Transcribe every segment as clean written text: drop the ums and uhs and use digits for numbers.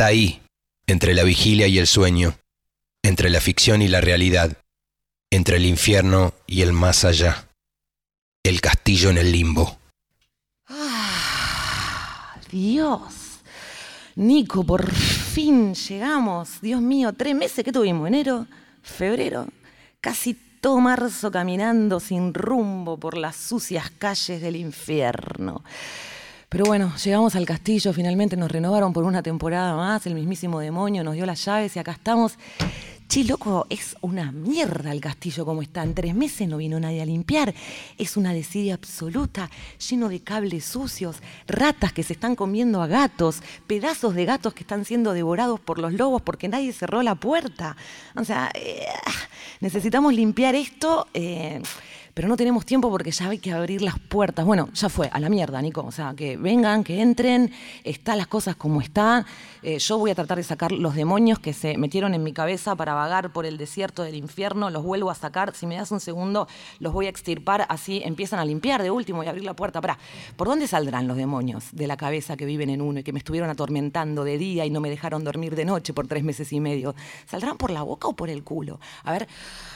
Está ahí, entre la vigilia y el sueño, entre la ficción y la realidad, entre el infierno y el más allá. El castillo en el limbo. Dios. Nico, por fin llegamos. Dios mío, 3 meses que tuvimos. Enero, febrero, casi todo marzo caminando sin rumbo por las sucias calles del infierno. Pero bueno, llegamos al castillo, finalmente nos renovaron por una temporada más, el mismísimo demonio nos dio las llaves y acá estamos. Che, loco, es una mierda el castillo como está. En 3 meses no vino nadie a limpiar. Es una desidia absoluta, lleno de cables sucios, ratas que se están comiendo a gatos, pedazos de gatos que están siendo devorados por los lobos porque nadie cerró la puerta. O sea, necesitamos limpiar esto, pero no tenemos tiempo porque ya hay que abrir las puertas. Bueno, ya fue, a la mierda, Nico. O sea, que vengan, que entren, están las cosas como están. Yo voy a tratar de sacar los demonios que se metieron en mi cabeza para vagar por el desierto del infierno. Los vuelvo a sacar. Si me das un segundo, los voy a extirpar. Así empiezan a limpiar de último y abrir la puerta. Pará, ¿por dónde saldrán los demonios de la cabeza que viven en uno y que me estuvieron atormentando de día y no me dejaron dormir de noche por 3 meses y medio? ¿Saldrán por la boca o por el culo? A ver...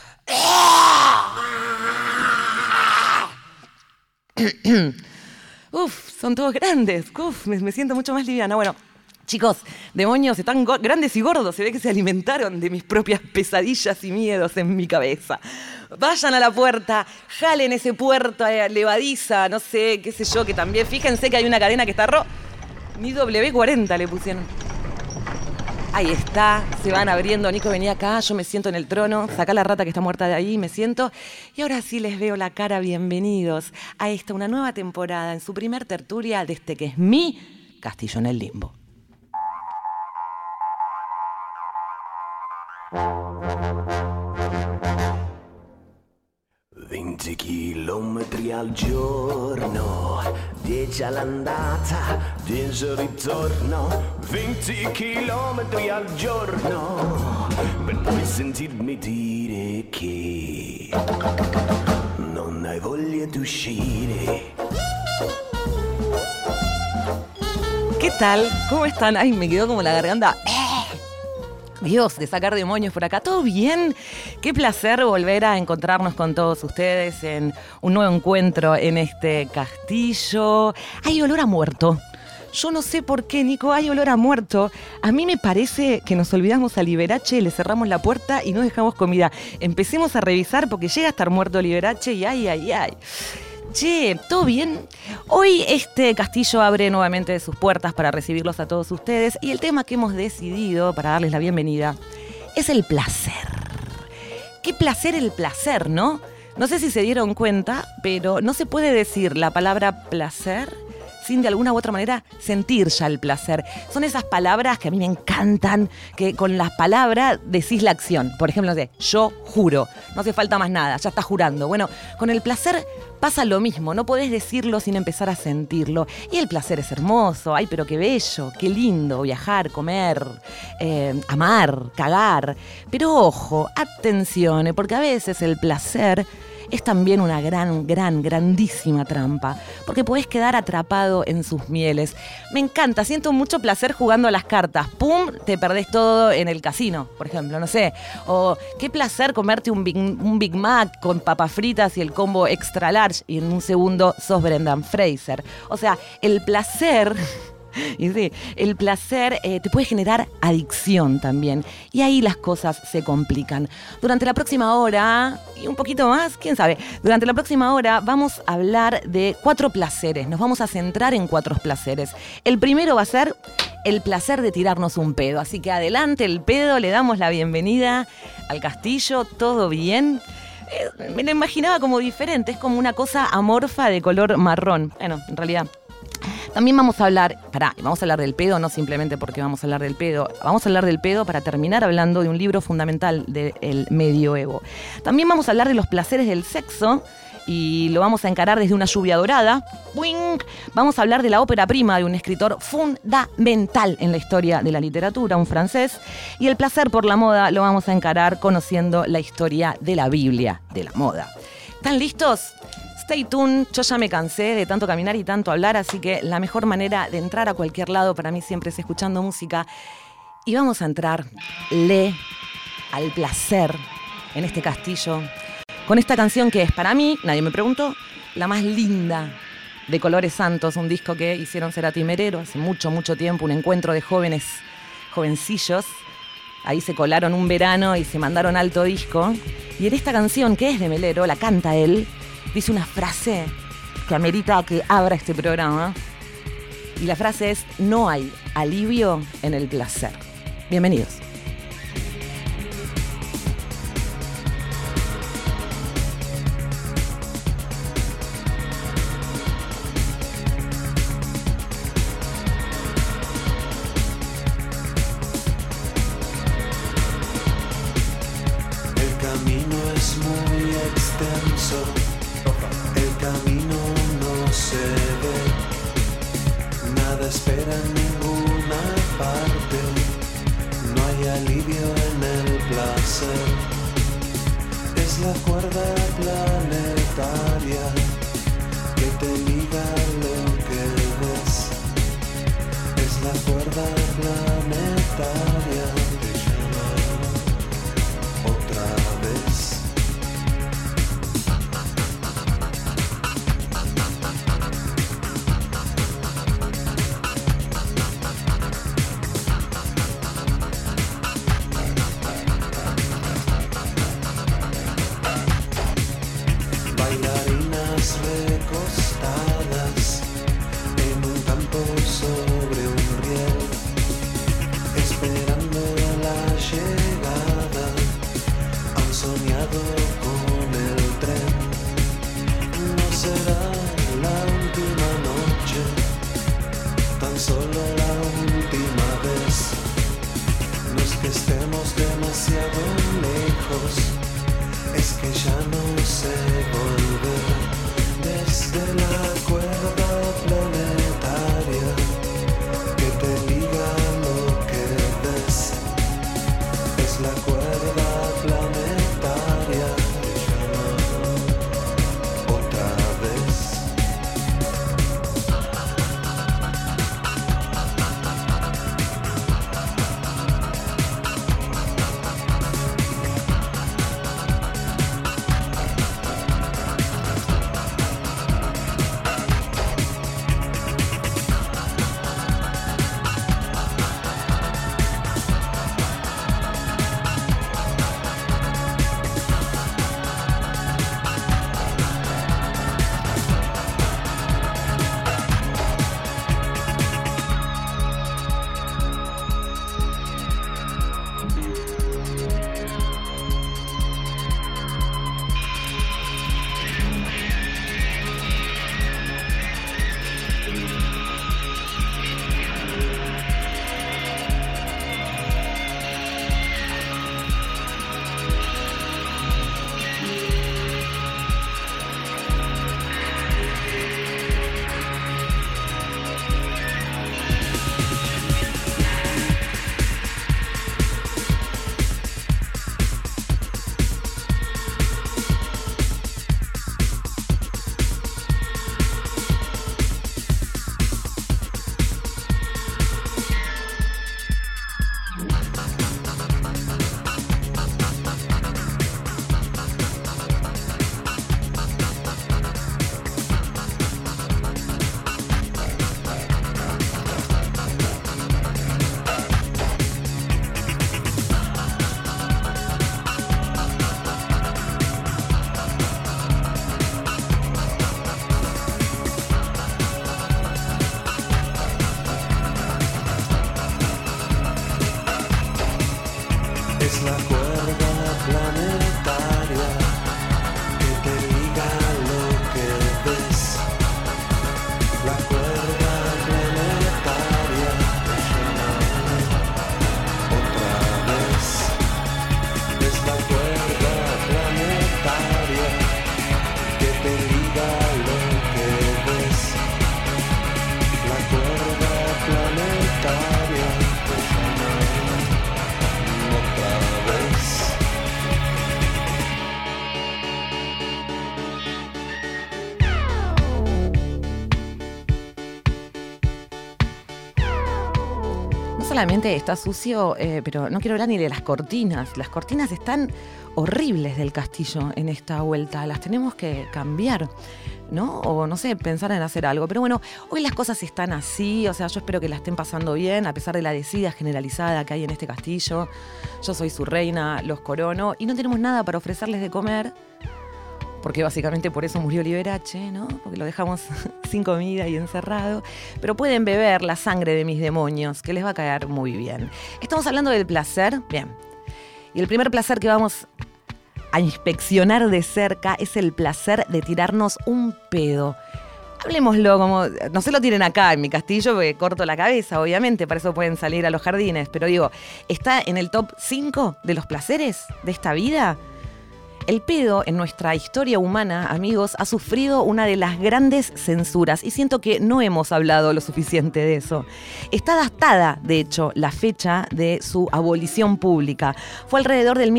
Uf, son todos grandes. Uf, me siento mucho más liviana. Bueno, chicos, demonios están grandes y gordos. Se ve que se alimentaron de mis propias pesadillas y miedos en mi cabeza. Vayan a la puerta, jalen ese puerto levadiza, no sé, qué sé yo, que también... Fíjense que hay una cadena que está Ni W40 le pusieron. Ahí está, se van abriendo. Nico, venía acá, yo me siento en el trono. Sacá la rata que está muerta de ahí, me siento. Y ahora sí les veo la cara. Bienvenidos a una nueva temporada en su primer tertulia de este que es mi Castillo en el Limbo. 20 chilometri al giorno, 10 all'andata, 10 al ritorno, 20 chilometri al giorno, per poi sentirmi dire che non hai voglia di uscire. ¿Qué tal? ¿Cómo están? Ay, me quedó como la garganta. Dios, de sacar demonios por acá. ¿Todo bien? Qué placer volver a encontrarnos con todos ustedes en un nuevo encuentro en este castillo. Hay olor a muerto. Yo no sé por qué, Nico, hay olor a muerto. A mí me parece que nos olvidamos a Liberace, le cerramos la puerta y no dejamos comida. Empecemos a revisar porque llega a estar muerto Liberace y ay. Che, ¿todo bien? Hoy este castillo abre nuevamente sus puertas para recibirlos a todos ustedes y el tema que hemos decidido para darles la bienvenida es el placer. Qué placer el placer, ¿no? No sé si se dieron cuenta, pero no se puede decir la palabra placer sin de alguna u otra manera sentir ya el placer. Son esas palabras que a mí me encantan, que con las palabras decís la acción. Por ejemplo, no sé, yo juro, no hace falta más nada, ya estás jurando. Bueno, con el placer pasa lo mismo, no podés decirlo sin empezar a sentirlo. Y el placer es hermoso, ay, pero qué bello, qué lindo, viajar, comer, amar, cagar. Pero ojo, atención, porque a veces el placer es también una grandísima trampa, porque podés quedar atrapado en sus mieles. Me encanta, siento mucho placer jugando a las cartas. ¡Pum! Te perdés todo en el casino, por ejemplo, no sé. O qué placer comerte un Big Mac con papas fritas y el combo extra large y en un segundo sos Brendan Fraser. O sea, el placer... Y sí, el placer te puede generar adicción también. Y ahí las cosas se complican. Durante la próxima hora, y un poquito más, quién sabe, durante la próxima hora vamos a hablar de 4 placeres. Nos vamos a centrar en 4 placeres. El primero va a ser el placer de tirarnos un pedo. Así que adelante el pedo, le damos la bienvenida al castillo. ¿Todo bien? Me lo imaginaba como diferente, es como una cosa amorfa de color marrón. Bueno, en realidad... También vamos a hablar, vamos a hablar del pedo, no simplemente porque vamos a hablar del pedo, vamos a hablar del pedo para terminar hablando de un libro fundamental del medioevo. También vamos a hablar de los placeres del sexo y lo vamos a encarar desde una lluvia dorada. ¡Buing! Vamos a hablar de la ópera prima de un escritor fundamental en la historia de la literatura, un francés. Y el placer por la moda lo vamos a encarar conociendo la historia de la Biblia de la moda. ¿Están listos? Stay tuned, yo ya me cansé de tanto caminar y tanto hablar, así que la mejor manera de entrar a cualquier lado para mí siempre es escuchando música. Y vamos a entrarle al placer en este castillo con esta canción que es, para mí, nadie me preguntó, la más linda de Colores Santos, un disco que hicieron Cerati y Melero hace mucho, mucho tiempo, un encuentro de jovencillos. Ahí se colaron un verano y se mandaron alto disco. Y en esta canción, que es de Melero, la canta él, dice una frase que amerita que abra este programa. Y la frase es: no hay alivio en el placer. Bienvenidos. El camino es muy extenso, el camino no se ve, nada espera en ninguna parte, no hay alivio en el placer, es la cuerda planetaria que te liga lo que ves, es la cuerda planetaria que llama otra vez. Bailarinas recostadas en un campo sobre un riel, esperando la llegada, han soñado con el tren. No será la última noche, tan solo la última vez. No es que estemos demasiado lejos, es que ya no sé volver. Desde la cuerda planetaria que te liga lo que ves, es la cuerda planetaria que llama otra vez. Es la cuerda planetaria que te liga lo que ves. La cuerda planetaria te llama otra vez. Es la cuerda planetaria que te liga lo que ves. La cuerda planetaria te llama otra vez. solamente está sucio, pero no quiero hablar ni de las cortinas. Las cortinas están horribles del castillo en esta vuelta. Las tenemos que cambiar, ¿no? O no sé, pensar en hacer algo. Pero bueno, hoy las cosas están así. O sea, yo espero que la estén pasando bien, a pesar de la desidia generalizada que hay en este castillo. Yo soy su reina, los corono, y no tenemos nada para ofrecerles de comer. Porque básicamente por eso murió Liberace, ¿no? Porque lo dejamos sin comida y encerrado. Pero pueden beber la sangre de mis demonios, que les va a caer muy bien. Estamos hablando del placer. Bien. Y el primer placer que vamos a inspeccionar de cerca es el placer de tirarnos un pedo. Hablemoslo como... No se lo tiren acá en mi castillo porque corto la cabeza, obviamente. Para eso pueden salir a los jardines. Pero digo, ¿está en el top 5 de los placeres de esta vida? El pedo en nuestra historia humana, amigos, ha sufrido una de las grandes censuras y siento que no hemos hablado lo suficiente de eso. Está datada, de hecho, la fecha de su abolición pública. Fue alrededor del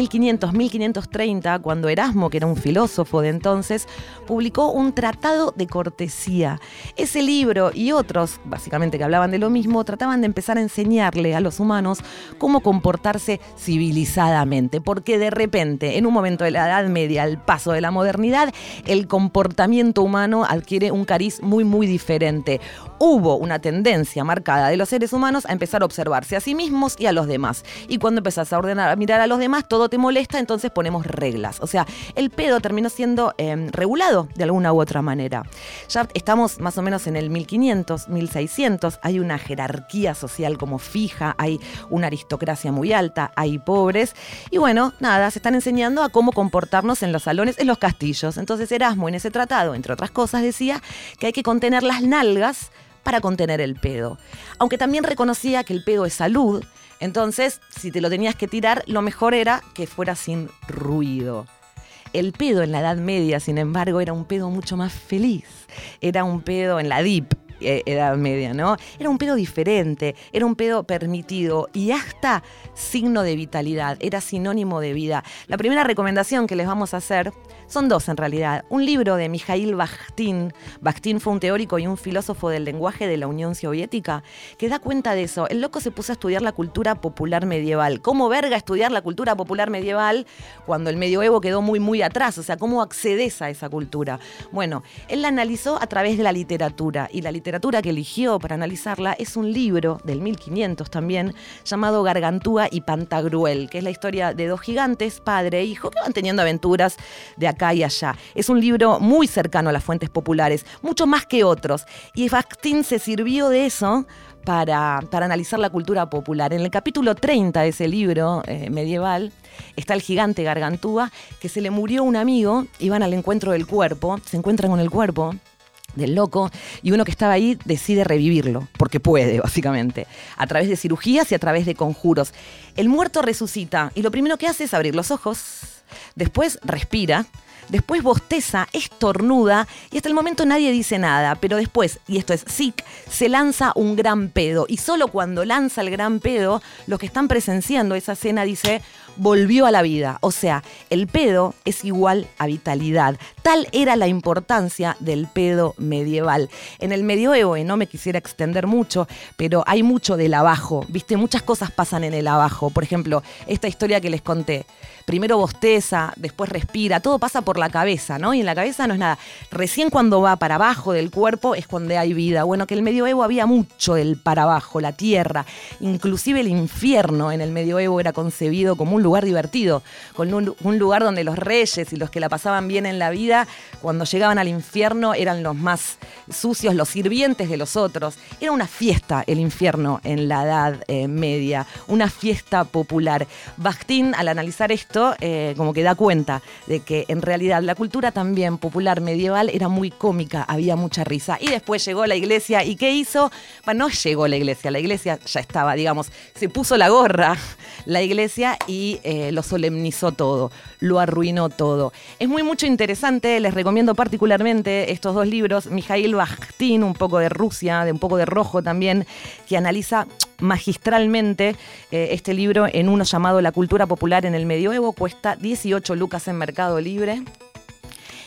1500-1530 cuando Erasmo, que era un filósofo de entonces, publicó un tratado de cortesía. Ese libro y otros, básicamente que hablaban de lo mismo, trataban de empezar a enseñarle a los humanos cómo comportarse civilizadamente, porque de repente, en un momento de la Edad Media, al paso de la modernidad, el comportamiento humano adquiere un cariz muy, muy diferente. Hubo una tendencia marcada de los seres humanos a empezar a observarse a sí mismos y a los demás. Y cuando empezás a ordenar, a mirar a los demás, todo te molesta, entonces ponemos reglas. O sea, el pedo terminó siendo regulado de alguna u otra manera. Ya estamos más o menos en el 1500, 1600, hay una jerarquía social como fija, hay una aristocracia muy alta, hay pobres, y bueno, nada, se están enseñando a cómo comportarnos en los salones, en los castillos. Entonces Erasmo en ese tratado, entre otras cosas, decía que hay que contener las nalgas para contener el pedo. Aunque también reconocía que el pedo es salud, entonces si te lo tenías que tirar, lo mejor era que fuera sin ruido. El pedo en la Edad Media, sin embargo, era un pedo mucho más feliz. Era un pedo en la Deep Edad Media, ¿no? Era un pedo diferente, era un pedo permitido y hasta signo de vitalidad, era sinónimo de vida. La primera recomendación que les vamos a hacer son dos en realidad. Un libro de Mikhail Bakhtin. Bakhtin fue un teórico y un filósofo del lenguaje de la Unión Soviética que da cuenta de eso. El loco se puso a estudiar la cultura popular medieval. ¿Cómo verga estudiar la cultura popular medieval cuando el medioevo quedó muy, muy atrás? O sea, ¿cómo accedes a esa cultura? Bueno, él la analizó a través de la literatura y la literatura que eligió para analizarla es un libro del 1500 también llamado Gargantúa y Pantagruel, que es la historia de dos gigantes, padre e hijo, que van teniendo aventuras de acá y allá. Es un libro muy cercano a las fuentes populares, mucho más que otros. Y Bakhtin se sirvió de eso para analizar la cultura popular. En el capítulo 30 de ese libro medieval está el gigante Gargantúa, que se le murió un amigo, y van al encuentro del cuerpo, se encuentran con el cuerpo del loco, y uno que estaba ahí decide revivirlo, porque puede, básicamente, a través de cirugías y a través de conjuros. El muerto resucita, y lo primero que hace es abrir los ojos, después respira, después bosteza, estornuda, y hasta el momento nadie dice nada, pero después, y esto es sick, se lanza un gran pedo, y solo cuando lanza el gran pedo, los que están presenciando esa escena dice: volvió a la vida. O sea, el pedo es igual a vitalidad. Tal era la importancia del pedo medieval. En el medioevo, y no me quisiera extender mucho, pero hay mucho del abajo, ¿viste? Muchas cosas pasan en el abajo. Por ejemplo, esta historia que les conté. Primero bosteza, después respira, todo pasa por la cabeza, ¿no? Y en la cabeza no es nada. Recién cuando va para abajo del cuerpo es cuando hay vida. Bueno, que en el medioevo había mucho del para abajo, la tierra. Inclusive el infierno en el medioevo era concebido como un lugar divertido, con un lugar donde los reyes y los que la pasaban bien en la vida, cuando llegaban al infierno, eran los más sucios, los sirvientes de los otros. Era una fiesta el infierno en la Edad Media, una fiesta popular. Bakhtin, al analizar esto, como que da cuenta de que en realidad la cultura también popular medieval era muy cómica, había mucha risa. Y después llegó la iglesia, ¿y qué hizo? Bueno, no llegó la iglesia ya estaba, digamos, se puso la gorra la iglesia y lo solemnizó todo, lo arruinó todo. Es mucho interesante, les recomiendo particularmente estos dos libros, Mikhail Bakhtin, un poco de Rusia, de un poco de rojo también, que analiza magistralmente este libro en uno llamado La cultura popular en el medioevo, cuesta 18 lucas en Mercado Libre.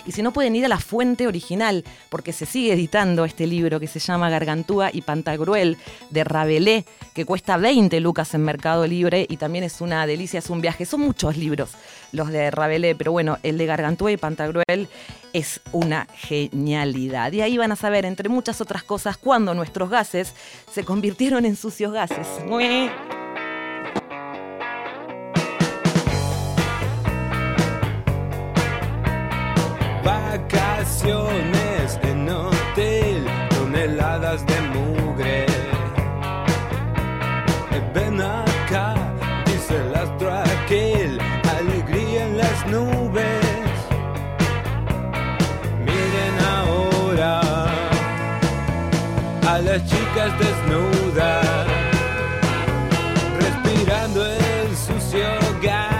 Y si no, pueden ir a la fuente original, porque se sigue editando este libro que se llama Gargantúa y Pantagruel, de Rabelais, que cuesta 20 lucas en Mercado Libre y también es una delicia, es un viaje. Son muchos libros los de Rabelais, pero bueno, el de Gargantúa y Pantagruel es una genialidad. Y ahí van a saber, entre muchas otras cosas, cuándo nuestros gases se convirtieron en sucios gases. Vacaciones en hotel, toneladas de mugre. Ven acá, dice el astro aquel, alegría en las nubes. Miren ahora a las chicas desnudas, respirando el sucio gas.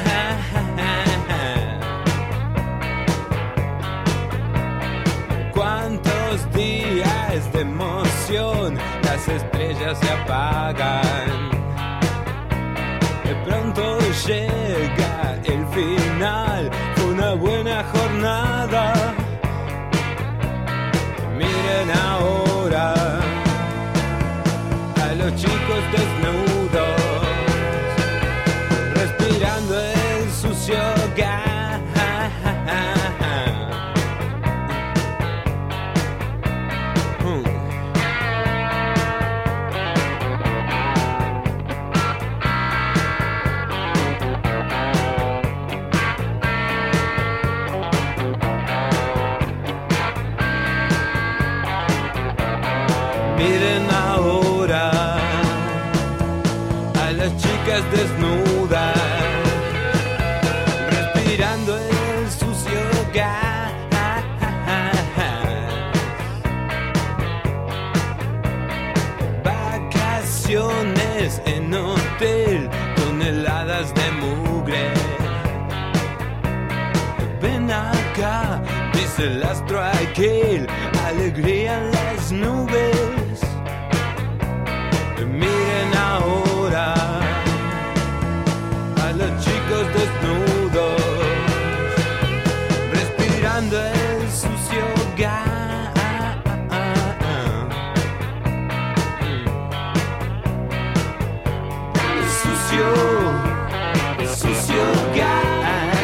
Cuántos días de emoción, las estrellas se apagan. De pronto llega el final, fue una buena jornada. Miren ahora a los chicos desnudos, respirando el sucio gas. Miren ahora a las chicas desnudas, respirando el sucio gas. Vacaciones en hotel, toneladas de mugre. Ven acá, dice el astro aquel, alegría en las nubes. Miren ahora a los chicos desnudos, respirando el sucio gas. El sucio gas.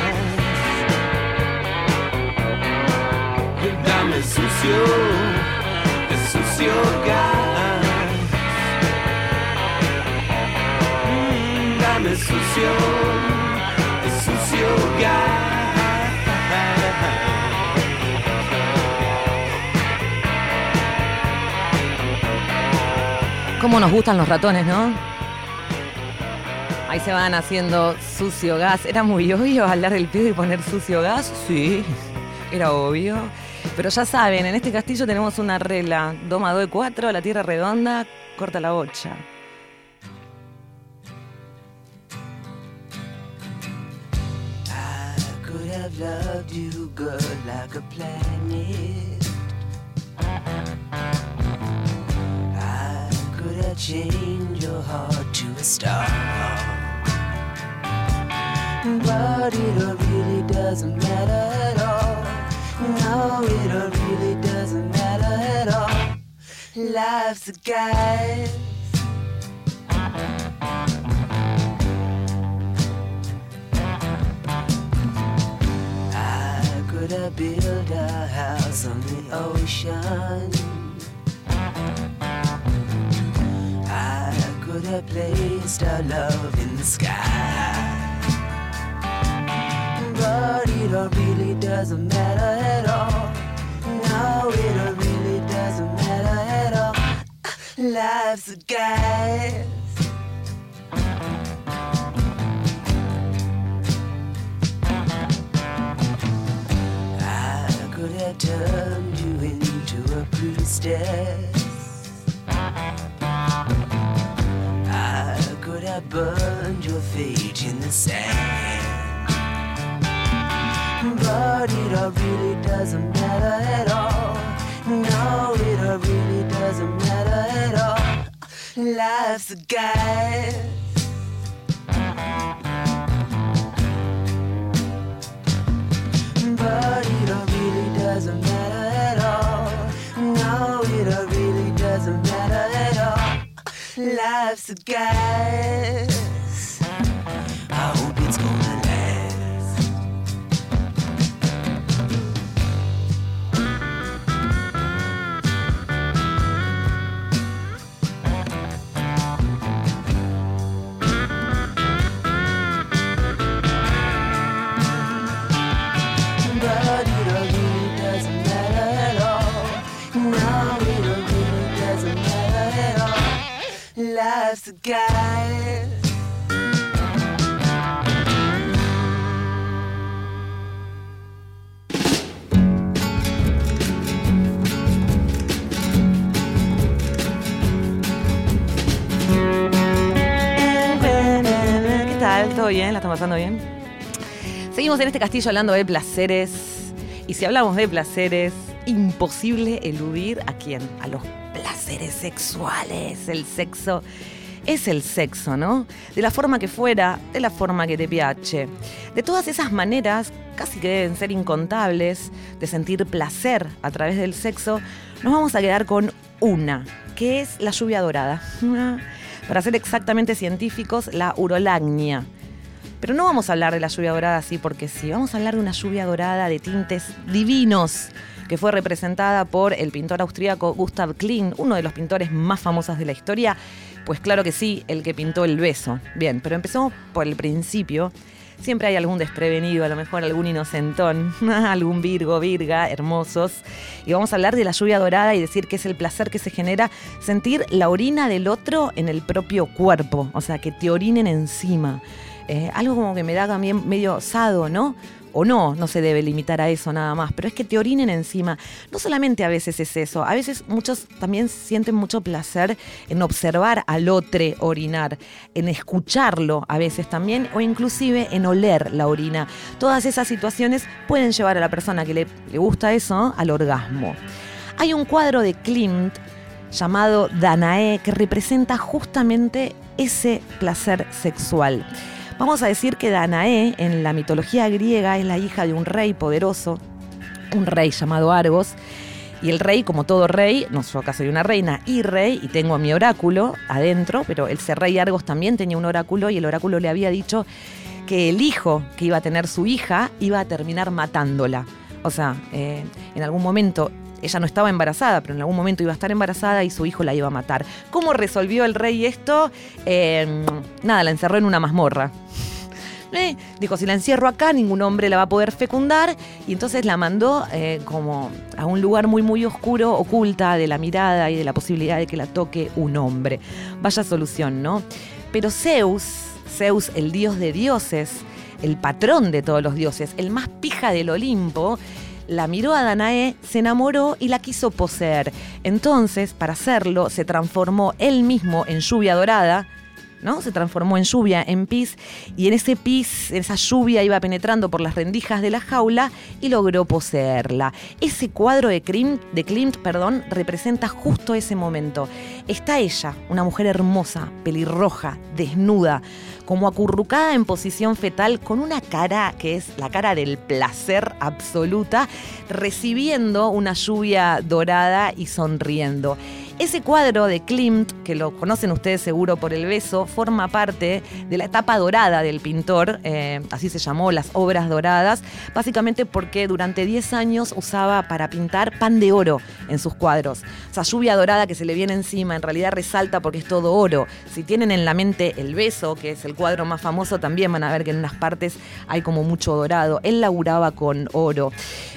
Dame el sucio gas. Dame el sucio gas. Cómo nos gustan los ratones, ¿no? Ahí se van haciendo sucio gas. ¿Era muy obvio hablar del pedo y poner sucio gas? Sí, era obvio. Pero ya saben, en este castillo tenemos una regla. Do, ma, do, 4, la tierra redonda, corta la bocha. I could have loved you, girl, like a planet. I could have changed your heart to a star. But it really doesn't matter at all. No, it really doesn't matter at all. Life's a guide. I could have built a house on the ocean. I could have placed our love in the sky. But it really doesn't matter at all. No, it really doesn't matter at all. Life's a guide. I could have turned you into a priestess. I could have burned your fate in the sand. But it really doesn't matter at all. No, it really doesn't matter at all. Life's a guide. But it life's a gas. I hope it's gonna last. But it really doesn't matter at all. No, it really doesn't matter at all. Life's a gas. ¿Qué tal? ¿Todo bien? ¿La están pasando bien? Seguimos en este castillo hablando de placeres. Y si hablamos de placeres, imposible eludir ¿a quién? A los placeres sexuales. El sexo es el sexo, ¿no? De la forma que fuera, de la forma que te piace. De todas esas maneras, casi que deben ser incontables, de sentir placer a través del sexo, nos vamos a quedar con una, que es la lluvia dorada. Para ser exactamente científicos, la urolagnia. Pero no vamos a hablar de la lluvia dorada así porque sí, vamos a hablar de una lluvia dorada de tintes divinos que fue representada por el pintor austríaco Gustav Klimt, uno de los pintores más famosos de la historia. Pues claro que sí, el que pintó El beso. Bien, pero empecemos por el principio. Siempre hay algún desprevenido, a lo mejor algún inocentón, algún virgo, virga, hermosos. Y vamos a hablar de la lluvia dorada y decir que es el placer que se genera sentir la orina del otro en el propio cuerpo. O sea, que te orinen encima. Algo como que me da también medio sado, ¿no? O no se debe limitar a eso nada más, pero es que te orinen encima. No solamente a veces es eso, a veces muchos también sienten mucho placer en observar al otro orinar, en escucharlo a veces también, o inclusive en oler la orina. Todas esas situaciones pueden llevar a la persona que le gusta eso al orgasmo. Hay un cuadro de Klimt llamado Danae que representa justamente ese placer sexual. Vamos a decir que Danae, en la mitología griega, es la hija de un rey poderoso, un rey llamado Argos. Y el rey, como todo rey, no, yo acá soy una reina y rey, y tengo mi oráculo adentro, pero ese rey Argos también tenía un oráculo, y el oráculo le había dicho que el hijo que iba a tener su hija iba a terminar matándola. O sea, en algún momento ella no estaba embarazada, pero en algún momento iba a estar embarazada y su hijo la iba a matar. ¿Cómo resolvió el rey esto? Nada, la encerró en una mazmorra. Dijo, si la encierro acá, ningún hombre la va a poder fecundar. Y entonces la mandó como a un lugar muy, muy oscuro, oculta de la mirada y de la posibilidad de que la toque un hombre. Vaya solución, ¿no? Pero Zeus, el dios de dioses, el patrón de todos los dioses, el más pija del Olimpo, la miró a Danae, se enamoró y la quiso poseer. Entonces, para hacerlo, se transformó él mismo en lluvia dorada, ¿no? Se transformó en lluvia, en pis, y en ese pis, esa lluvia iba penetrando por las rendijas de la jaula y logró poseerla. Ese cuadro de Klimt, representa justo ese momento. Está ella, una mujer hermosa, pelirroja, desnuda, como acurrucada en posición fetal, con una cara que es la cara del placer absoluta, recibiendo una lluvia dorada y sonriendo. Ese cuadro de Klimt, que lo conocen ustedes seguro por El beso, forma parte de la etapa dorada del pintor, así se llamó, las obras doradas, básicamente porque durante 10 años usaba para pintar pan de oro en sus cuadros. Esa lluvia dorada que se le viene encima en realidad resalta porque es todo oro. Si tienen en la mente El beso, que es el cuadro más famoso, también van a ver que en unas partes hay como mucho dorado. Él laburaba con oro.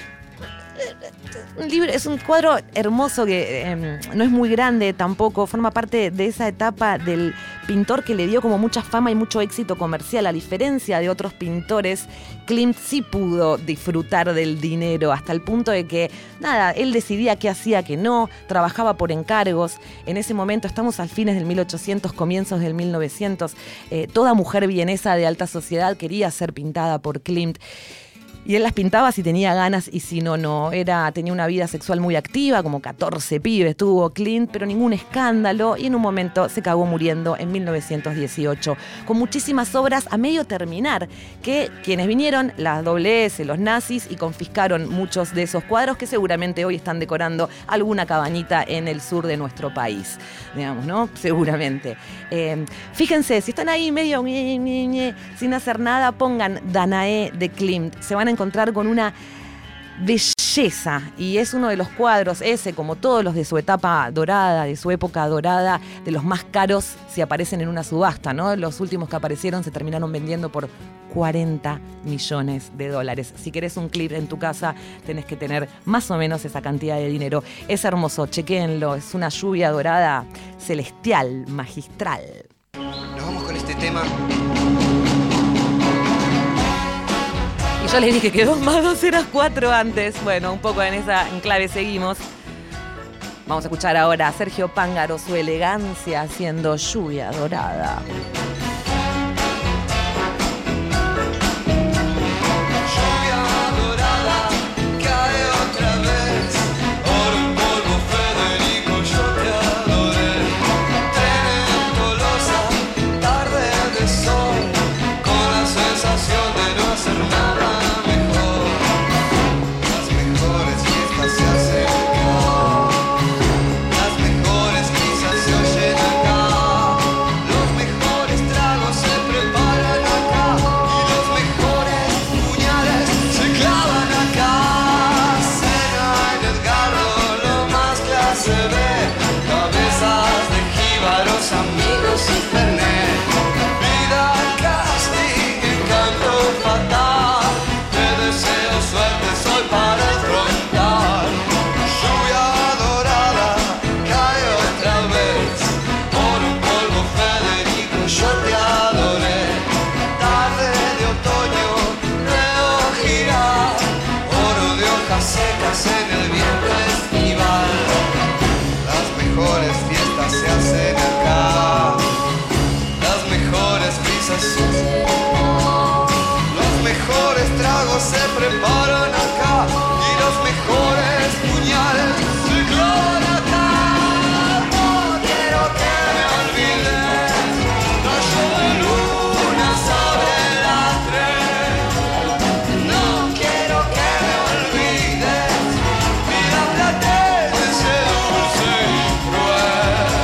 Es un cuadro hermoso que no es muy grande tampoco, forma parte de esa etapa del pintor que le dio como mucha fama y mucho éxito comercial. A diferencia de otros pintores, Klimt sí pudo disfrutar del dinero hasta el punto de que, nada, él decidía qué hacía, qué no, trabajaba por encargos. En ese momento, estamos al fines del 1800, comienzos del 1900, toda mujer vienesa de alta sociedad quería ser pintada por Klimt. Y él las pintaba si tenía ganas y si no, no. Tenía una vida sexual muy activa, como 14 pibes tuvo Clint, pero ningún escándalo. Y en un momento se cagó muriendo en 1918, con muchísimas obras a medio terminar, que quienes vinieron, las SS, los nazis, y confiscaron muchos de esos cuadros que seguramente hoy están decorando alguna cabañita en el sur de nuestro país. Digamos, ¿no? Seguramente. Fíjense, si están ahí medio sin hacer nada, pongan Danae de Klimt. Se van a encontrar con una belleza, y es uno de los cuadros, ese como todos los de su etapa dorada, de su época dorada, de los más caros si aparecen en una subasta, ¿no? Los últimos que aparecieron se terminaron vendiendo por $40 millones. Si querés un clip en tu casa, tenés que tener más o menos esa cantidad de dinero. Es hermoso, chequéenlo, es una lluvia dorada celestial, magistral. Nos vamos con este tema. Y yo les dije que 2 más 2 eran 4 antes. Bueno, un poco en esa enclave seguimos. Vamos a escuchar ahora a Sergio Pángaro, su elegancia haciendo lluvia dorada. Se preparan acá y los mejores puñales se clavan acá. No quiero que me olvides, rayo de luna sobre las 3. No quiero que me olvides, vida platense dulce y cruel.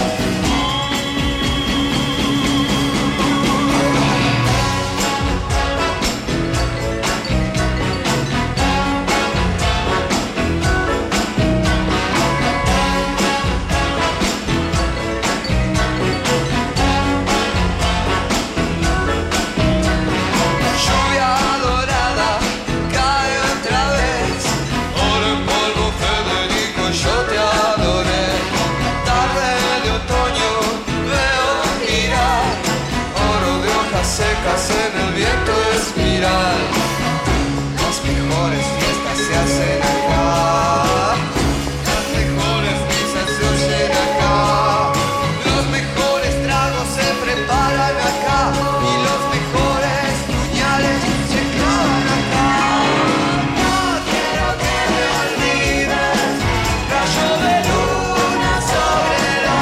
Secas en el viento espiral. Las mejores fiestas se hacen acá. Las mejores misas se oyen acá. Los mejores tragos se preparan acá. Y los mejores puñales se clavan acá. No quiero que me olvides, rayo de luna sobre la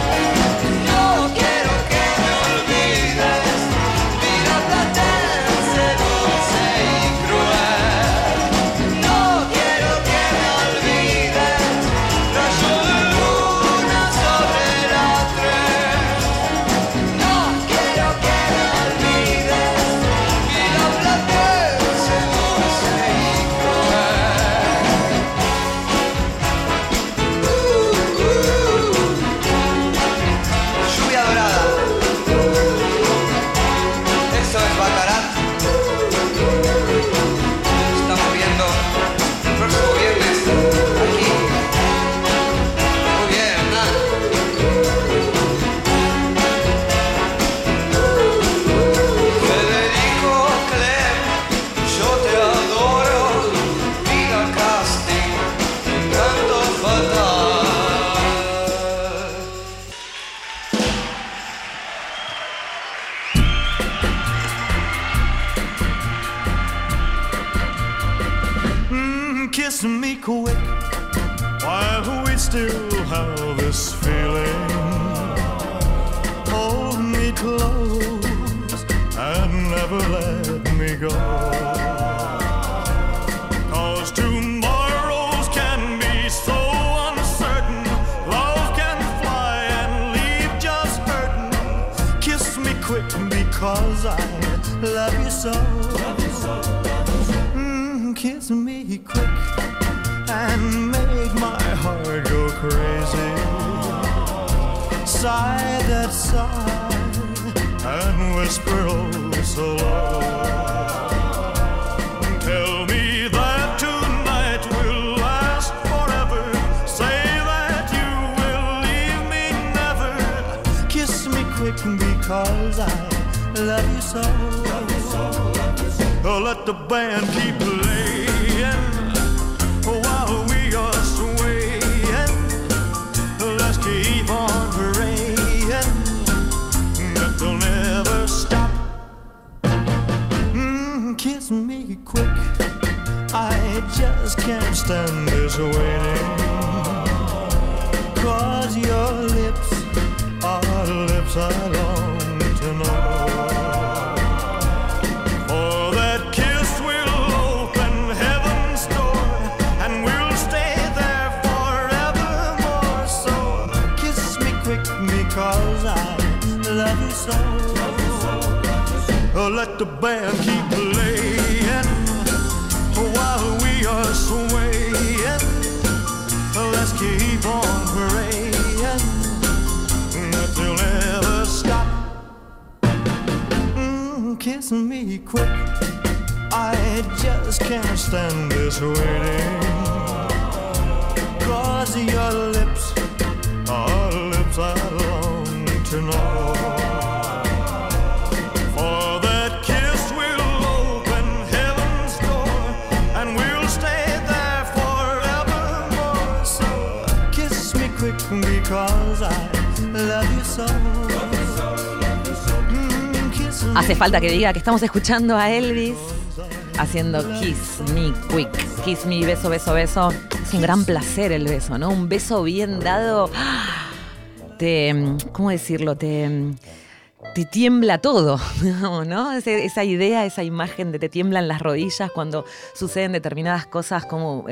3. No quiero que me olvides, vida platense Kiss me quick while we still have this feeling. Hold me close and never let me go. 'Cause tomorrows can be so uncertain. Love can fly and leave just hurting. Kiss me quick because I love you so. Kiss me quick and make my heart go crazy. Sigh that sigh and whisper oh so low. Tell me that tonight will last forever. Say that you will leave me never. Kiss me quick because I love you so. Oh, let the band keep playing while we are swaying. Let's keep on praying that they'll never stop. Kiss me quick, I just can't stand this waiting. 'Cause your lips are lips I long to know. For that kiss will open heaven's door and we'll stay there forevermore. So kiss me quick because I love you so. Let the band keep playing while we are swaying. Let's keep on praying that they'll never stop. Kiss me quick, I just can't stand this waiting. 'Cause your lips are lips I long to know. For that kiss will open heaven's door and we'll stay there forevermore. So kiss me quick because I love you so. Hace falta que diga que estamos escuchando a Elvis haciendo Kiss Me Quick. Kiss Me, beso, beso, beso. Es un gran placer el beso, ¿no? Un beso bien dado. ¿Cómo decirlo? Te tiembla todo, ¿no? Esa idea, esa imagen de te tiemblan las rodillas cuando suceden determinadas cosas como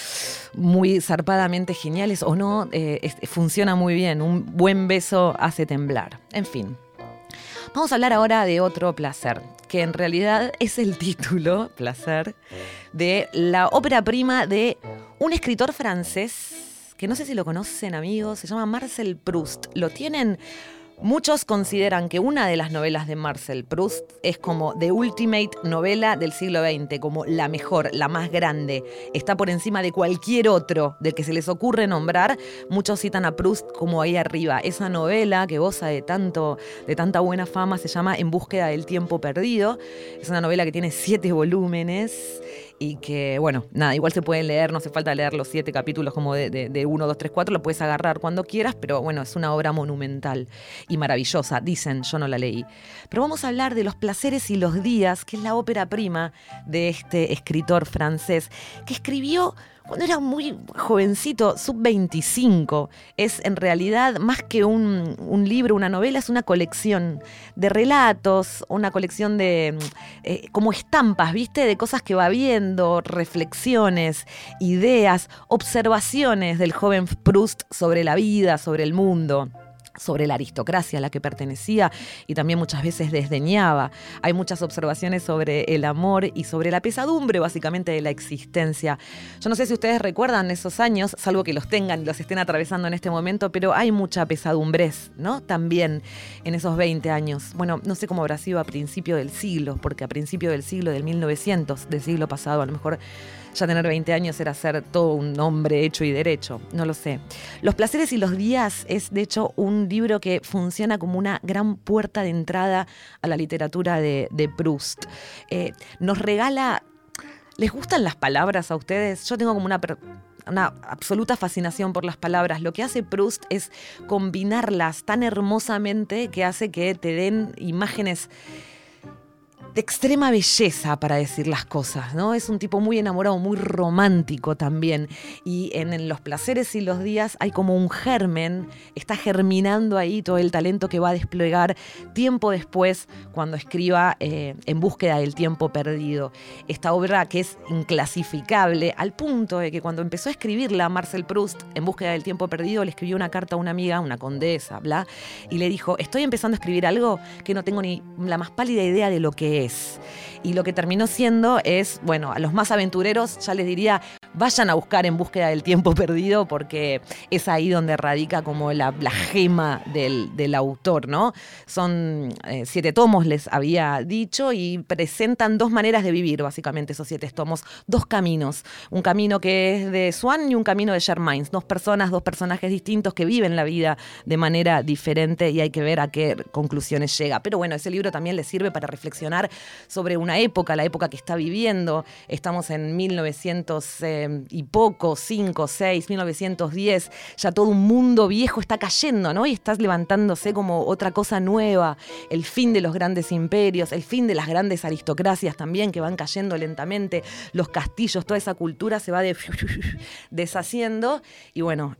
muy zarpadamente geniales o no, funciona muy bien. Un buen beso hace temblar. En fin. Vamos a hablar ahora de otro placer, que en realidad es el título, Placer, de la ópera prima de un escritor francés, que no sé si lo conocen, amigos, se llama Marcel Proust. ¿Lo tienen? Muchos consideran que una de las novelas de Marcel Proust es como the ultimate novela del siglo XX, como la mejor, la más grande. Está por encima de cualquier otro del que se les ocurre nombrar. Muchos citan a Proust como ahí arriba. Esa novela que goza de tanta buena fama se llama En búsqueda del tiempo perdido. Es una novela que tiene 7 volúmenes y que, bueno, nada, igual se pueden leer, no hace falta leer los 7 capítulos como de 1, 2, 3, 4, lo puedes agarrar cuando quieras, pero bueno, es una obra monumental y maravillosa, dicen, yo no la leí. Pero vamos a hablar de Los placeres y los días, que es la ópera prima de este escritor francés, que escribió cuando era muy jovencito, sub-25. Es en realidad más que un libro, una novela, es una colección de relatos, una colección de como estampas, ¿viste? De cosas que va viendo, reflexiones, ideas, observaciones del joven Proust sobre la vida, sobre el mundo, sobre la aristocracia a la que pertenecía y también muchas veces desdeñaba. Hay muchas observaciones sobre el amor y sobre la pesadumbre, básicamente, de la existencia. Yo no sé si ustedes recuerdan esos años, salvo que los tengan y los estén atravesando en este momento, pero hay mucha pesadumbrez, ¿no? También en esos 20 años. Bueno, no sé cómo habrá sido a principio del siglo, porque a principio del siglo, del 1900, del siglo pasado, a lo mejor ya tener 20 años era ser todo un hombre hecho y derecho, no lo sé. Los placeres y los días es, de hecho, un libro que funciona como una gran puerta de entrada a la literatura de Proust. Nos regala... ¿Les gustan las palabras a ustedes? Yo tengo como una absoluta fascinación por las palabras. Lo que hace Proust es combinarlas tan hermosamente que hace que te den imágenes extrema belleza para decir las cosas, ¿no? Es un tipo muy enamorado, muy romántico también. Y en Los placeres y los días hay como un germen, está germinando ahí todo el talento que va a desplegar tiempo después cuando escriba En búsqueda del tiempo perdido. Esta obra que es inclasificable, al punto de que cuando empezó a escribirla Marcel Proust, En búsqueda del tiempo perdido, le escribió una carta a una amiga, una condesa, bla, y le dijo, estoy empezando a escribir algo que no tengo ni la más pálida idea de lo que es. Y lo que terminó siendo es, bueno, a los más aventureros ya les diría, vayan a buscar En búsqueda del tiempo perdido, porque es ahí donde radica como la gema del autor, ¿no? Son 7 tomos, les había dicho, y presentan 2 maneras de vivir, básicamente, esos 7 tomos. 2 caminos. Un camino que es de Swann y un camino de Germain. 2 personas, 2 personajes distintos que viven la vida de manera diferente, y hay que ver a qué conclusiones llega. Pero bueno, ese libro también les sirve para reflexionar sobre una época, la época que está viviendo. Estamos en 1900 y poco, 5, 6, 1910. Ya todo un mundo viejo está cayendo, ¿no? Y está levantándose como otra cosa nueva. El fin de los grandes imperios, el fin de las grandes aristocracias también, que van cayendo lentamente. Los castillos, toda esa cultura se va deshaciendo. Y bueno,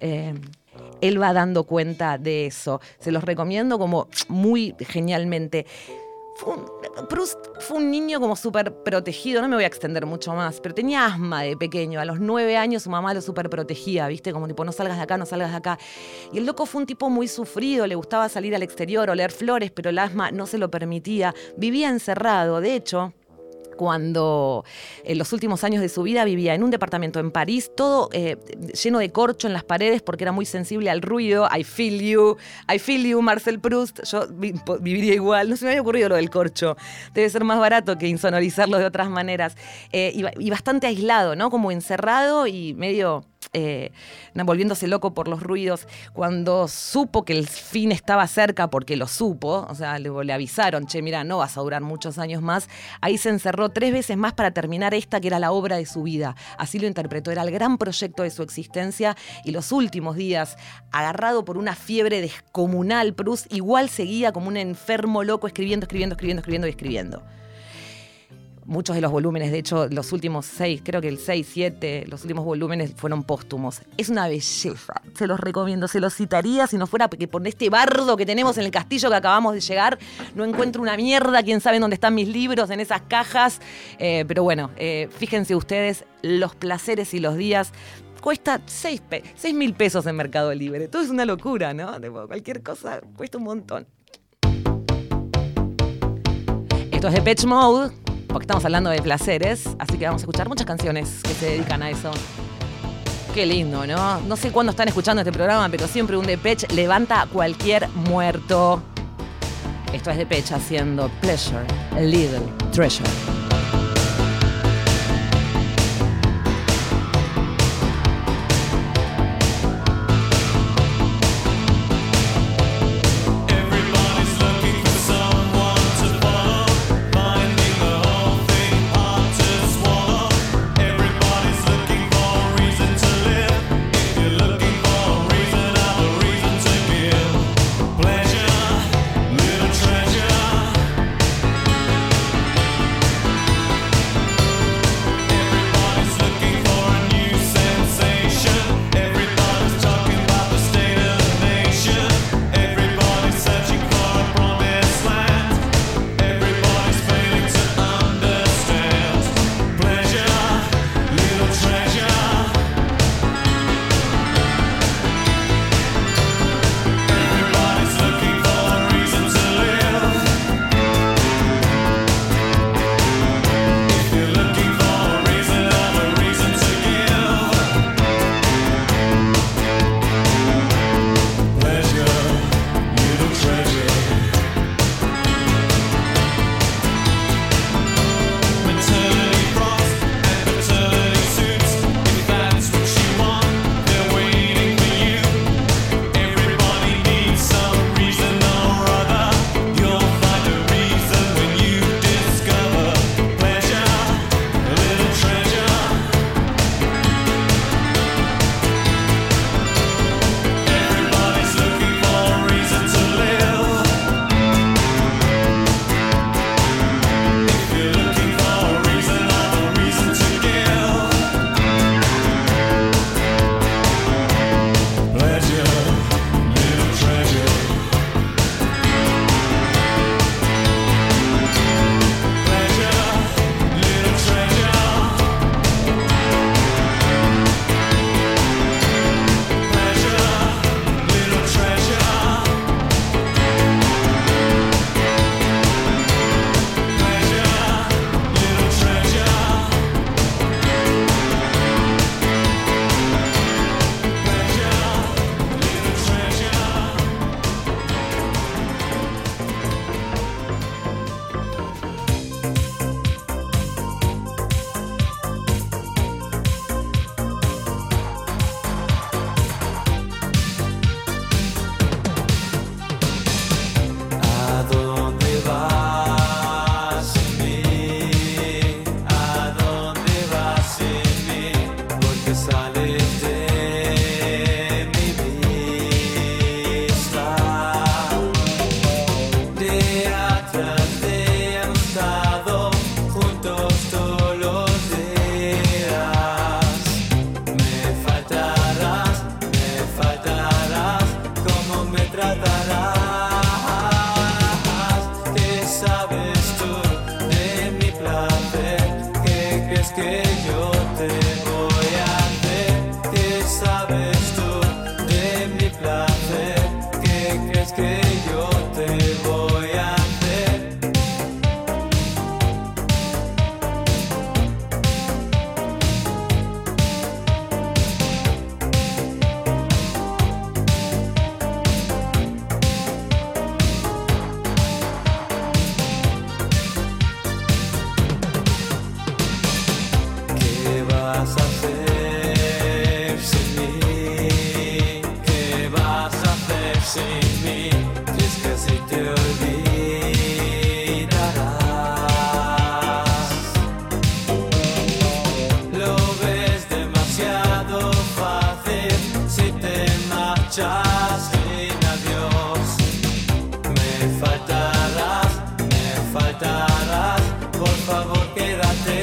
él va dando cuenta de eso. Se los recomiendo como muy genialmente. Proust fue un niño como súper protegido, no me voy a extender mucho más, pero tenía asma de pequeño. A los 9 años su mamá lo súper protegía, ¿viste? Como tipo, no salgas de acá, no salgas de acá. Y el loco fue un tipo muy sufrido, le gustaba salir al exterior, oler flores, pero el asma no se lo permitía. Vivía encerrado, de hecho. Cuando en los últimos años de su vida vivía en un departamento en París, todo lleno de corcho en las paredes porque era muy sensible al ruido. I feel you, Marcel Proust. Yo viviría igual. No se me había ocurrido lo del corcho. Debe ser más barato que insonorizarlo de otras maneras. Y bastante aislado, ¿no? Como encerrado y medio... volviéndose loco por los ruidos. Cuando supo que el fin estaba cerca, porque lo supo, o sea, le avisaron, che, mira, no vas a durar muchos años más, ahí se encerró 3 veces más para terminar esta que era la obra de su vida. Así lo interpretó, era el gran proyecto de su existencia, y los últimos días, agarrado por una fiebre descomunal, Proust igual seguía como un enfermo loco escribiendo. Muchos de los volúmenes, de hecho, los últimos 6, creo que el 6, 7, los últimos volúmenes fueron póstumos. Es una belleza, se los recomiendo, se los citaría si no fuera porque por este bardo que tenemos en el castillo que acabamos de llegar, no encuentro una mierda, quién sabe dónde están mis libros, en esas cajas. Pero bueno, fíjense ustedes, Los placeres y los días. Cuesta 6.000 pesos en Mercado Libre. Todo es una locura, ¿no? Cualquier cosa cuesta un montón. Esto es Depeche Mode, porque estamos hablando de placeres, así que vamos a escuchar muchas canciones que se dedican a eso. Qué lindo, ¿no? No sé cuándo están escuchando este programa, pero siempre un Depeche levanta a cualquier muerto. Esto es Depeche haciendo Pleasure, a Little Treasure. Pleasure, little treasure. marchas sin adiós. Me faltarás, por favor quédate.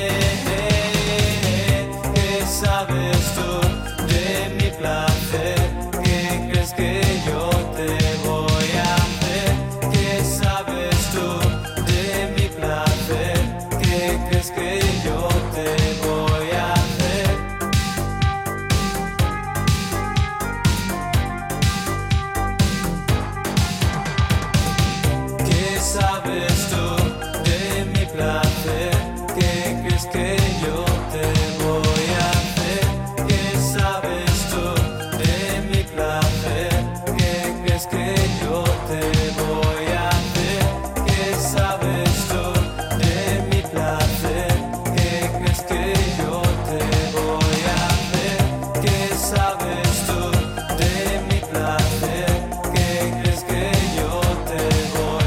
¿Qué sabes tú de mi placer? ¿Qué crees que yo te voy a hacer? ¿Qué sabes tú de mi placer? ¿Qué crees que yo te voy a hacer? ¿Qué sabes tú de mi placer? ¿Qué crees que yo te voy a hacer? ¿Qué sabes tú de mi placer? ¿Qué crees que yo te voy a hacer? ¿Qué sabes tú de mi placer? ¿Qué crees que yo te voy a hacer? ¿Qué sabes tú de mi placer? ¿Qué crees que yo te voy?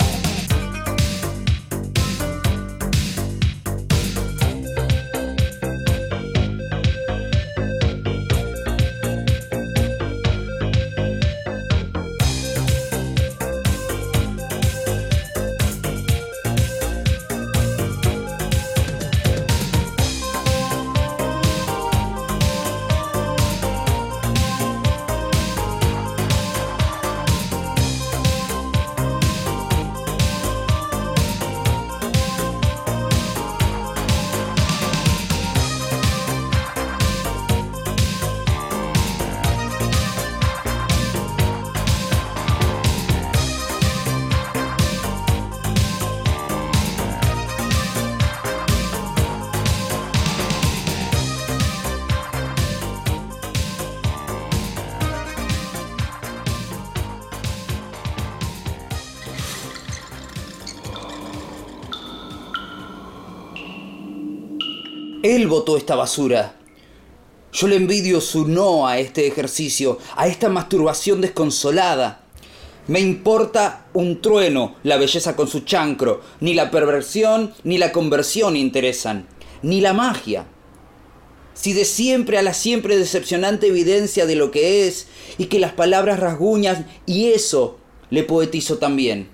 Él votó esta basura. Yo le envidio su no a este ejercicio, a esta masturbación desconsolada. Me importa un trueno la belleza con su chancro, ni la perversión ni la conversión interesan, ni la magia. Si de siempre a la siempre decepcionante evidencia de lo que es, y que las palabras rasguñan, y eso le poetizo también.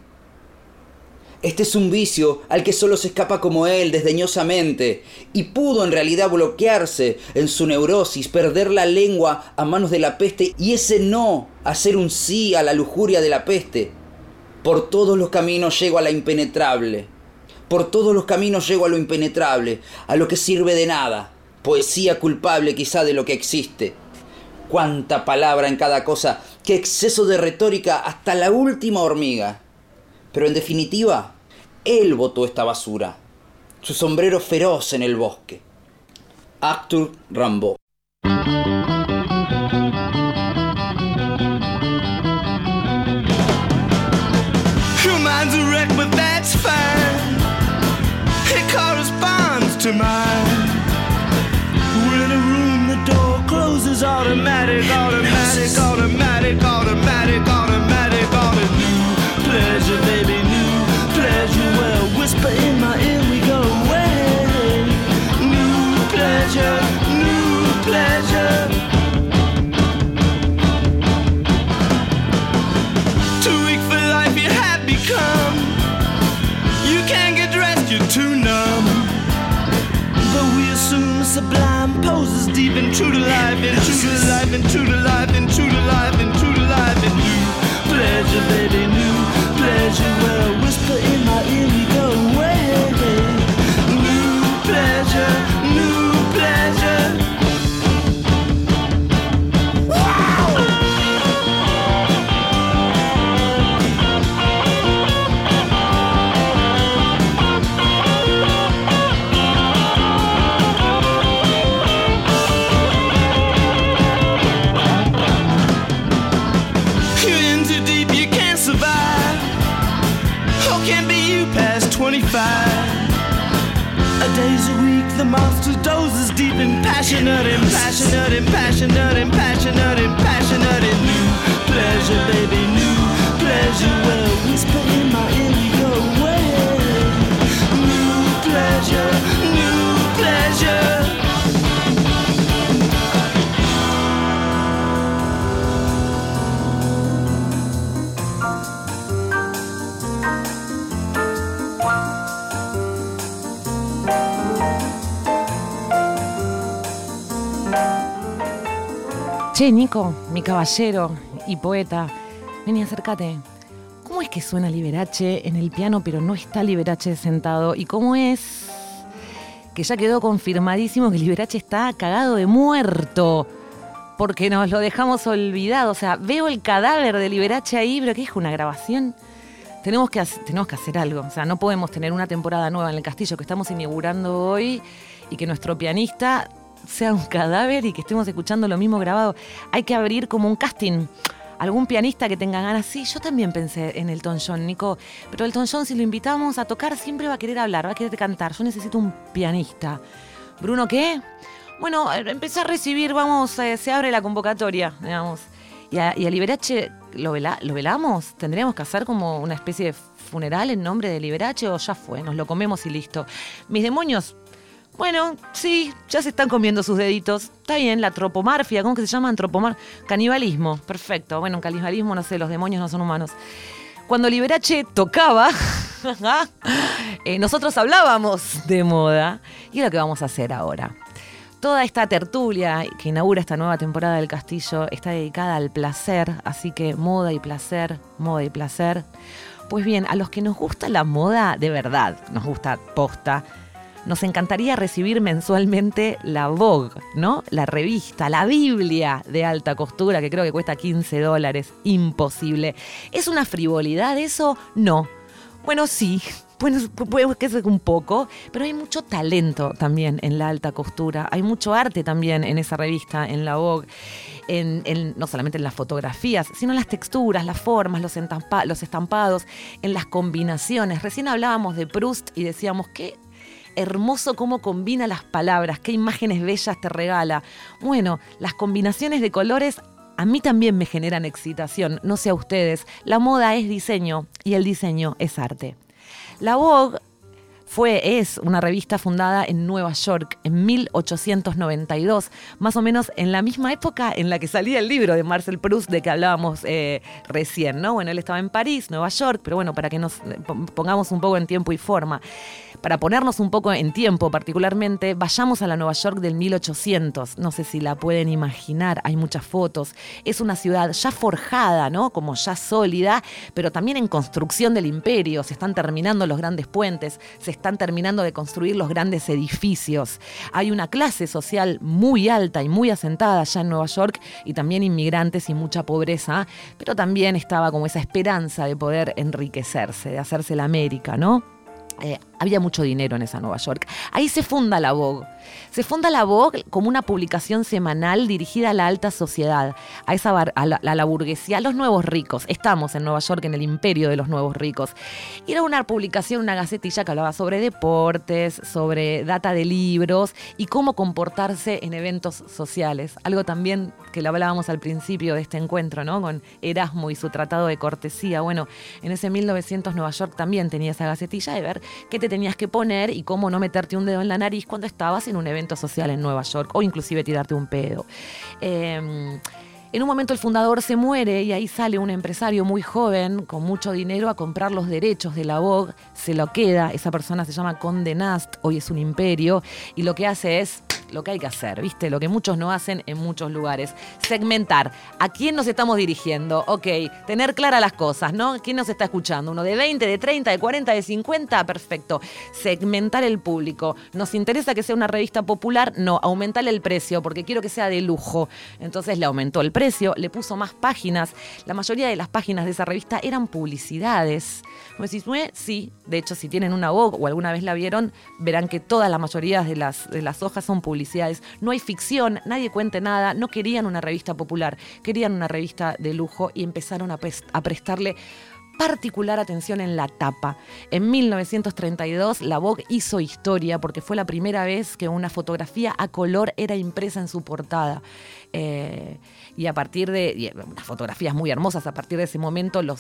Este es un vicio al que solo se escapa como él, desdeñosamente, y pudo en realidad bloquearse en su neurosis, perder la lengua a manos de la peste, y ese no hacer un sí a la lujuria de la peste. Por todos los caminos llego a la impenetrable. Por todos los caminos llego a lo impenetrable, a lo que sirve de nada. Poesía culpable quizá de lo que existe. Cuánta palabra en cada cosa, qué exceso de retórica hasta la última hormiga. Pero en definitiva, él votó esta basura. Su sombrero feroz en el bosque. Arthur Rimbaud. Your mind's a wreck, but that's fine. It corresponds to mine. We're in a room, the door closes automatic, automatic, automatic, automatic, automatic, automatic. New pleasure, baby, new pleasure. Well, whisper in my ear, we go away. New pleasure, new pleasure. Too weak for life, you have become. You can't get dressed, you're too numb. But we assume sublime poses deep and true to life, and true to life, and true to life, and true to life, and true to life, and new pleasure, baby, new pleasure. Well, whisper in my ear, we go away. New pleasure, new pleasure. Can't be you past 25. A day's a week, the monster dozes deep and passionate and passionate and passionate and passionate and passionate and new pleasure, baby, new pleasure. Well, whisper in my ear, we go away. New pleasure, new pleasure. Che, Nico, mi caballero y poeta, vení, acércate. ¿Cómo es que suena Liberace en el piano, pero no está Liberace sentado? ¿Y cómo es que ya quedó confirmadísimo que Liberace está cagado de muerto? Porque nos lo dejamos olvidado. O sea, veo el cadáver de Liberace ahí, pero ¿qué es una grabación? Tenemos que hacer algo. O sea, no podemos tener una temporada nueva en el castillo que estamos inaugurando hoy y que nuestro pianista sea un cadáver y que estemos escuchando lo mismo grabado. Hay que abrir como un casting. Algún pianista que tenga ganas. Sí, yo también pensé en Elton John, Nico. Pero Elton John, si lo invitamos a tocar, siempre va a querer hablar, va a querer cantar. Yo necesito un pianista. ¿Bruno qué? Bueno, empecé a recibir, se abre la convocatoria, digamos. Y a Liberace, ¿lo velamos? ¿Tendríamos que hacer como una especie de funeral en nombre de Liberace o ya fue? Nos lo comemos y listo. Mis demonios, bueno, sí, ya se están comiendo sus deditos. Está bien, la tropomarfia, ¿cómo que se llama? Canibalismo, perfecto. Bueno, canibalismo, no sé, los demonios no son humanos. Cuando Liberace tocaba, nosotros hablábamos de moda. Y es lo que vamos a hacer ahora. Toda esta tertulia que inaugura esta nueva temporada del Castillo está dedicada al placer, así que moda y placer, moda y placer. Pues bien, a los que nos gusta la moda de verdad, nos gusta posta, nos encantaría recibir mensualmente la Vogue, ¿no? La revista, la Biblia de alta costura, que creo que cuesta $15. Imposible. ¿Es una frivolidad eso? No. Bueno, sí. Bueno, puede que sea un poco, pero hay mucho talento también en la alta costura. Hay mucho arte también en esa revista, en la Vogue. No solamente en las fotografías, sino en las texturas, las formas, los estampados, en las combinaciones. Recién hablábamos de Proust y decíamos qué hermoso cómo combina las palabras, qué imágenes bellas te regala. Bueno, las combinaciones de colores a mí también me generan excitación, no sé a ustedes. La moda es diseño y el diseño es arte. La Vogue es una revista fundada en Nueva York en 1892, más o menos en la misma época en la que salía el libro de Marcel Proust de que hablábamos recién, ¿no? Bueno, él estaba en París, Nueva York, pero bueno, para que nos pongamos un poco en tiempo y forma. Para ponernos un poco en tiempo particularmente, vayamos a la Nueva York del 1800. No sé si la pueden imaginar, hay muchas fotos. Es una ciudad ya forjada, ¿no? Como ya sólida, pero también en construcción del imperio. Se están terminando los grandes puentes, se están terminando de construir los grandes edificios. Hay una clase social muy alta y muy asentada ya en Nueva York y también inmigrantes y mucha pobreza, pero también estaba como esa esperanza de poder enriquecerse, de hacerse la América, ¿no? Había mucho dinero en esa Nueva York. Ahí se funda la Vogue. Se funda la Vogue como una publicación semanal dirigida a la alta sociedad, a la burguesía, a los nuevos ricos. Estamos en Nueva York, en el imperio de los nuevos ricos. Y era una publicación, una gacetilla que hablaba sobre deportes, sobre data de libros y cómo comportarse en eventos sociales. Algo también que le hablábamos al principio de este encuentro, ¿no? Con Erasmo y su tratado de cortesía. Bueno, en ese 1900 Nueva York también tenía esa gacetilla de ver qué te tenías que poner y cómo no meterte un dedo en la nariz cuando estabas en un evento social en Nueva York o inclusive tirarte un pedo. En un momento el fundador se muere y ahí sale un empresario muy joven con mucho dinero a comprar los derechos de la Vogue, se lo queda, esa persona se llama Condé Nast, hoy es un imperio, y lo que hace es lo que hay que hacer, ¿viste? Lo que muchos no hacen en muchos lugares. Segmentar. ¿A quién nos estamos dirigiendo? Ok, tener claras las cosas, ¿no? ¿Quién nos está escuchando? ¿Uno de 20, de 30, de 40, de 50? Perfecto. Segmentar el público. ¿Nos interesa que sea una revista popular? No, aumentarle el precio porque quiero que sea de lujo. Entonces le aumentó el precio, le puso más páginas. La mayoría de las páginas de esa revista eran publicidades. ¿Me decís, sí, de hecho, si tienen una Vogue o alguna vez la vieron, verán que toda la mayoría de las hojas son publicidades. No hay ficción, nadie cuente nada, no querían una revista popular, querían una revista de lujo y empezaron a prestarle particular atención en la tapa. En 1932 la Vogue hizo historia porque fue la primera vez que una fotografía a color era impresa en su portada. Y a partir de unas fotografías muy hermosas, a partir de ese momento los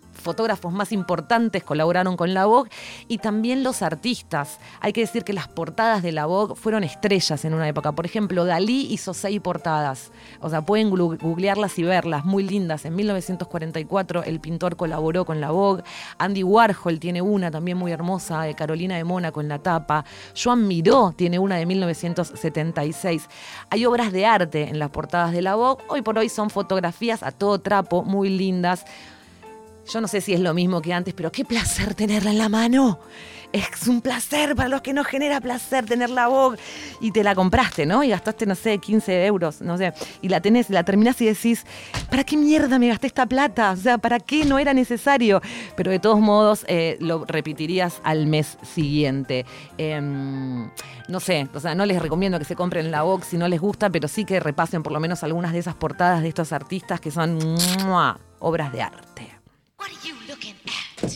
fotógrafos más importantes colaboraron con la Vogue y también los artistas. Hay que decir que las portadas de la Vogue fueron estrellas en una época. Por ejemplo, Dalí hizo 6 portadas. O sea, pueden googlearlas y verlas, muy lindas. En 1944 el pintor colaboró con la Vogue. Andy Warhol tiene una también muy hermosa de Carolina de Mónaco en la tapa. Joan Miró tiene una de 1976. Hay obras de arte en las portadas de la Vogue. Hoy por hoy son fotografías a todo trapo, muy lindas. Yo no sé si es lo mismo que antes, pero qué placer tenerla en la mano. Es un placer para los que nos genera placer tener la Vogue. Y te la compraste, ¿no? Y gastaste, no sé, 15 euros, no sé. Y la tenés, la terminás y decís, ¿para qué mierda me gasté esta plata? O sea, ¿para qué no era necesario? Pero de todos modos, lo repetirías al mes siguiente. No sé, o sea, no les recomiendo que se compren la Vogue si no les gusta, pero sí que repasen por lo menos algunas de esas portadas de estos artistas que son ¡mua!, obras de arte. What are you looking at?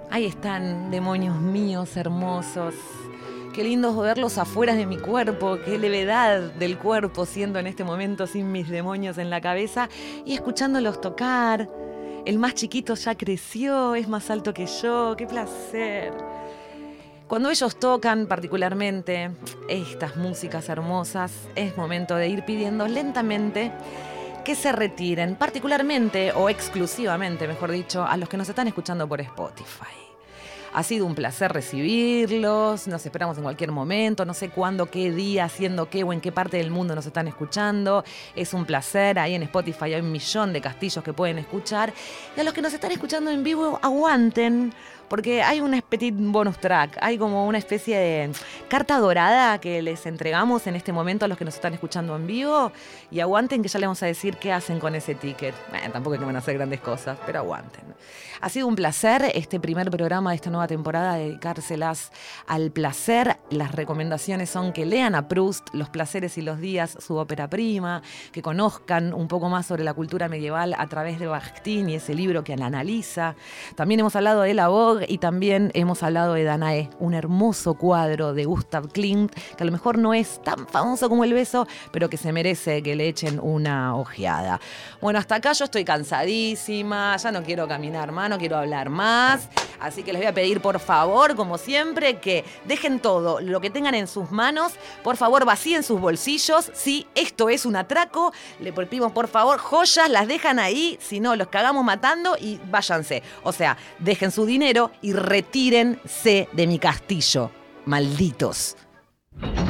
Ahí están, demonios míos hermosos. Qué lindo verlos afuera de mi cuerpo, qué levedad del cuerpo siendo en este momento sin mis demonios en la cabeza y escuchándolos tocar. El más chiquito ya creció, es más alto que yo, qué placer. Cuando ellos tocan particularmente estas músicas hermosas, es momento de ir pidiendo lentamente que se retiren, particularmente o exclusivamente, mejor dicho, a los que nos están escuchando por Spotify. Ha sido un placer recibirlos, nos esperamos en cualquier momento, no sé cuándo, qué día, haciendo qué o en qué parte del mundo nos están escuchando. Es un placer, ahí en Spotify hay 1 millón de castillos que pueden escuchar. Y a los que nos están escuchando en vivo, aguanten, porque hay un petit bonus track, hay como una especie de carta dorada que les entregamos en este momento a los que nos están escuchando en vivo. Y aguanten que ya les vamos a decir qué hacen con ese ticket. Tampoco es que van a hacer grandes cosas, pero aguanten. Ha sido un placer este primer programa de esta nueva temporada, dedicárselas al placer. Las recomendaciones son que lean a Proust, Los placeres y los días, su ópera prima, que conozcan un poco más sobre la cultura medieval a través de Bakhtin y ese libro que la analiza. También hemos hablado de la Vogue y también hemos hablado de Danae, un hermoso cuadro de Gustav Klimt, que a lo mejor no es tan famoso como El beso, pero que se merece que le echen una ojeada. Bueno, hasta acá yo estoy cansadísima, ya no quiero caminar más, no quiero hablar más, así que les voy a pedir por favor, como siempre, que dejen todo lo que tengan en sus manos, por favor vacíen sus bolsillos, si esto es un atraco, le pedimos por favor joyas, las dejan ahí, si no los cagamos matando y váyanse, o sea, dejen su dinero y retírense de mi castillo, malditos.